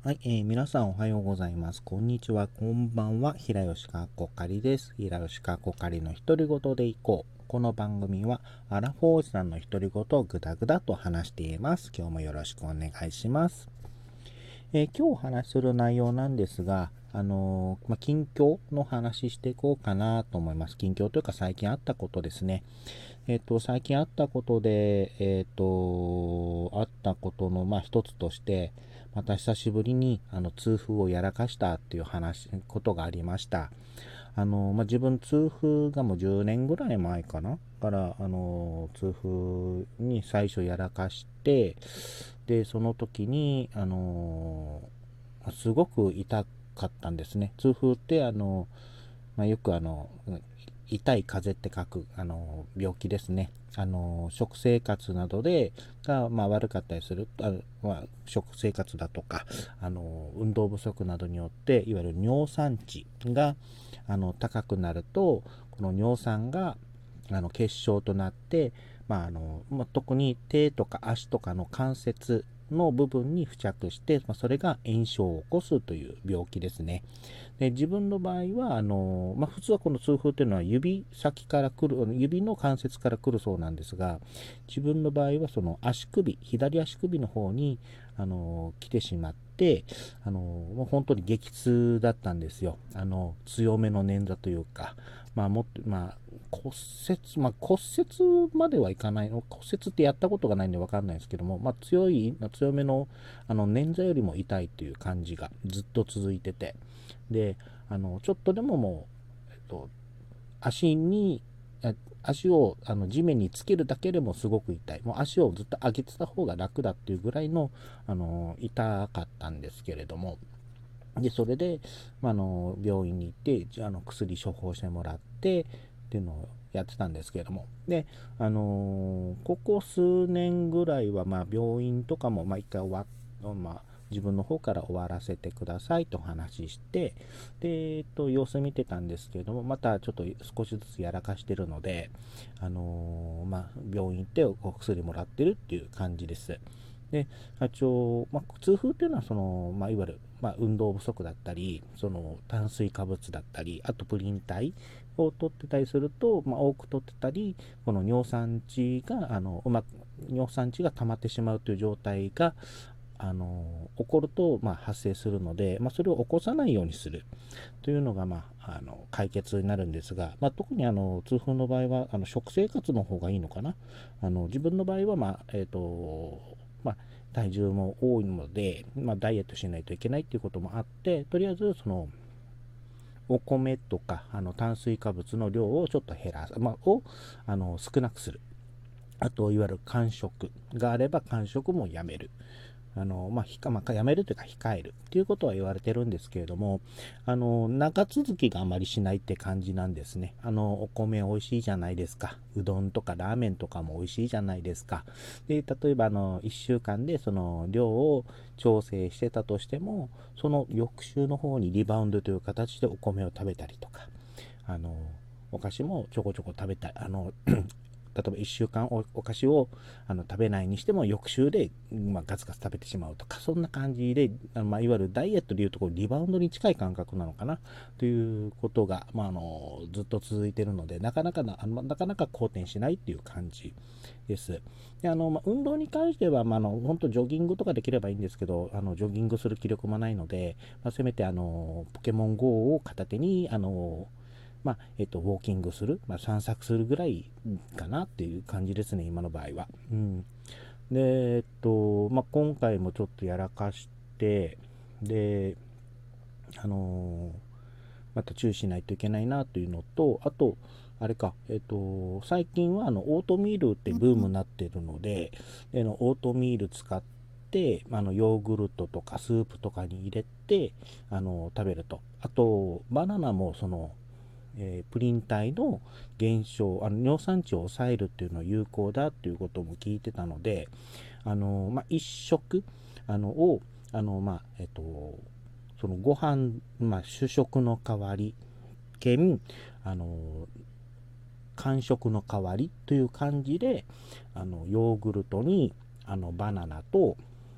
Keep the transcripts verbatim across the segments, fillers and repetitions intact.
はい、えー皆さんおはようございます。こんにちは、こんばんは。平吉かこかりです。平吉かこかりの独り言でいこう。この番組はアラフォーおじさんの独り言をぐだぐだと話しています。今日もよろしくお願いします。えー今日お話しする内容なんですが、あのーまあ、近況の話していこうかなと思います。近況というか最近あったことですね。えっ、と、最近あったことで、えっ、と、あったことの、まあ、一つとして、また久しぶりに、あの、痛風をやらかしたっていう話、ことがありました。あの、まあ、自分、痛風がもうじゅうねんぐらい前かなから、あの、痛風に最初やらかして、で、その時に、あの、すごく痛かったんですね。痛風って、あの、まあ、よくあの、痛い風邪って書くあの病気ですね。あの食生活などでが、まあ、悪かったりすると、あまあ、食生活だとかあの運動不足などによっていわゆる尿酸値があの高くなると、この尿酸があの結晶となって、まああのまあ、特に手とか足とかの関節の部分に付着して、まあ、それが炎症を起こすという病気ですね。で自分の場合はあの、まあ、普通はこの痛風というのは指先から来る指の関節から来るそうなんですが、自分の場合はその足首左足首の方にあの来てしまって、あのもう本当に激痛だったんですよ。あの強めの捻挫というか、まあもっとまあ骨折、まあ、骨折まではいかないの、骨折ってやったことがないんで分かんないですけども、まあ、強い強めのあの捻挫よりも痛いという感じがずっと続いてて、であのちょっとでももう、えっと、足に足をあの地面につけるだけでもすごく痛い、もう足をずっと上げてた方が楽だっていうぐらいのあの痛かったんですけれども、でそれで、まあ、あの病院に行ってあの薬処方してもらってっていうのをやってたんですけれども、であのここ数年ぐらいは、まあ、病院とかも、まあ、一回終わっ、まあ、自分の方から終わらせてくださいとお話しして、で、えっと、様子見てたんですけれども、またちょっと少しずつやらかしてるので、あのまあ、病院行ってお薬もらってるっていう感じです。で、一応、まあ、痛風っていうのはその、まあ、いわゆる、まあ、運動不足だったり、その炭水化物だったり、あとプリン体を取ってたりすると、まあ、多く取ってたり、この尿酸値があのうまく尿酸値が溜まってしまうという状態があの起こると、まあ、発生するので、まあ、それを起こさないようにするというのが、まあ、あの解決になるんですが、まあ、特にあの痛風の場合はあの食生活の方がいいのかな。あの自分の場合は、まあえーとまあ、体重も多いので、まあ、ダイエットしないといけないっていうこともあって、とりあえずそのお米とかあの炭水化物の量をちょっと減らす、まあ、をあの少なくする。あといわゆる間食があれば間食もやめる。あの、まあ、ひか、まあ、やめるというか控えるっていうことは言われてるんですけれども、あの、長続きがあまりしないって感じなんですね。あの、お米美味しいじゃないですか。うどんとかラーメンとかも美味しいじゃないですか。で、例えば、あの、いっしゅうかんでその量を調整してたとしても、その翌週の方にリバウンドという形でお米を食べたりとか、あの、お菓子もちょこちょこ食べたい。あの例えばいっしゅうかん お, お菓子をあの食べないにしても翌週で、まあ、ガツガツ食べてしまうとか、そんな感じで、あのまあ、いわゆるダイエットでいうところリバウンドに近い感覚なのかなということが、まあ、あのずっと続いているので、なかなかなあのなかなか好転しないっていう感じです。であの、まあ、運動に関しては、まあ、あの本当ジョギングとかできればいいんですけど、あのジョギングする気力もないので、まあ、せめてあのポケモン ゴー を片手にあのまあ、えっと、ウォーキングする、まあ、散策するぐらいかなっていう感じですね、今の場合は。うん。で、えっと、まあ、今回もちょっとやらかして、で、あのーまた注意しないといけないなというのと、あと、あれか、えっと、最近はあのオートミールってブームになっているので、でのオートミール使って、あのヨーグルトとかスープとかに入れてあの食べると。あと、バナナもそのえープリン体の減少、あの尿酸値を抑えるっていうのは有効だっていうことも聞いてたので、あのまあ、一食あのをあの、まあえっと、そのご飯、まあ、主食の代わり兼あの間食の代わりという感じで、あのヨーグルトにあのバナナと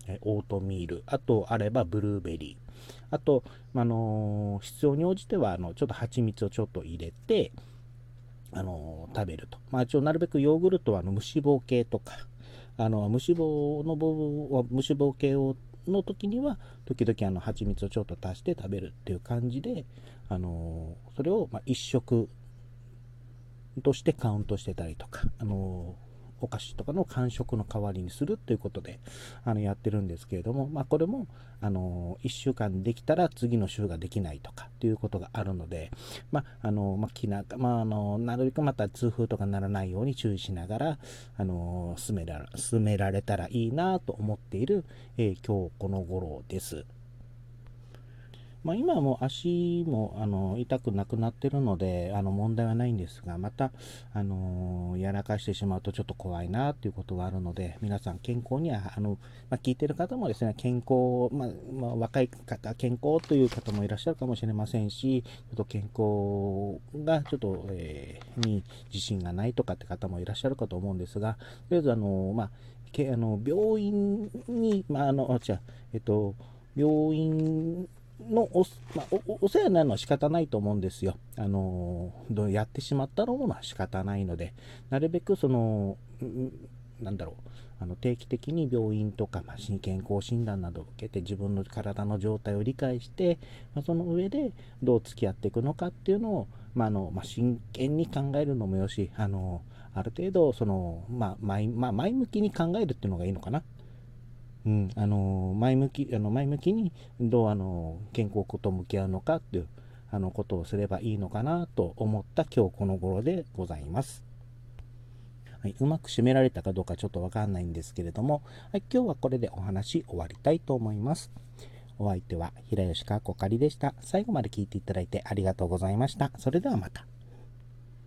えオートミール、あとあればブルーベリー、あと、あのー必要に応じてはあのちょっと蜂蜜をちょっと入れて、あのー食べると。まあ、一応なるべくヨーグルトはあの無脂肪系とか、あの無脂肪の部分は無脂肪系をの時には時々あの蜂蜜をちょっと足して食べるっていう感じで、あのーそれをまあ一食としてカウントしてたりとか、あのお菓子とかの間食の代わりにするということであのやってるんですけれども、まあ、これもあのいっしゅうかんできたら次の週ができないとかっていうことがあるので、まああのまあ、きなまあ、あのなるべくまた痛風とかならないように注意しながらあの進めら進められたらいいなと思っている、えー今日この頃です。まあ、今はもう足もあの痛くなくなってるのであの問題はないんですが、また、あのやらかしてしまうとちょっと怖いなということがあるので、皆さん健康にはあの、まあ、聞いてる方もですね、健康、まあまあ、若い方健康という方もいらっしゃるかもしれませんし、ちょっと健康がちょっと、えーに自信がないとかって方もいらっしゃるかと思うんですが、とりあえずあの、まあ、けあの病院に、まああのあ違うえっと病院のお,、まあ、おお世話になるのは仕方ないと思うんですよ。あのやってしまったのも仕方ないので、なるべくその、なんだろう、あの定期的に病院とか、まあ、健康診断などを受けて自分の体の状態を理解して、まあ、その上でどう付き合っていくのかっていうのを、まああのまあ、真剣に考えるのもよし、あのある程度その、まあ前まあ、前向きに考えるっていうのがいいのかな。うん、あの前向きあの前向きにどうあの健康と向き合うのかっていうあのことをすればいいのかなと思った今日この頃でございます。はい、うまく締められたかどうかちょっとわかんないんですけれども、はい、今日はこれでお話終わりたいと思います。お相手は平吉かこかりでした。最後まで聞いていただいてありがとうございました。それではまた。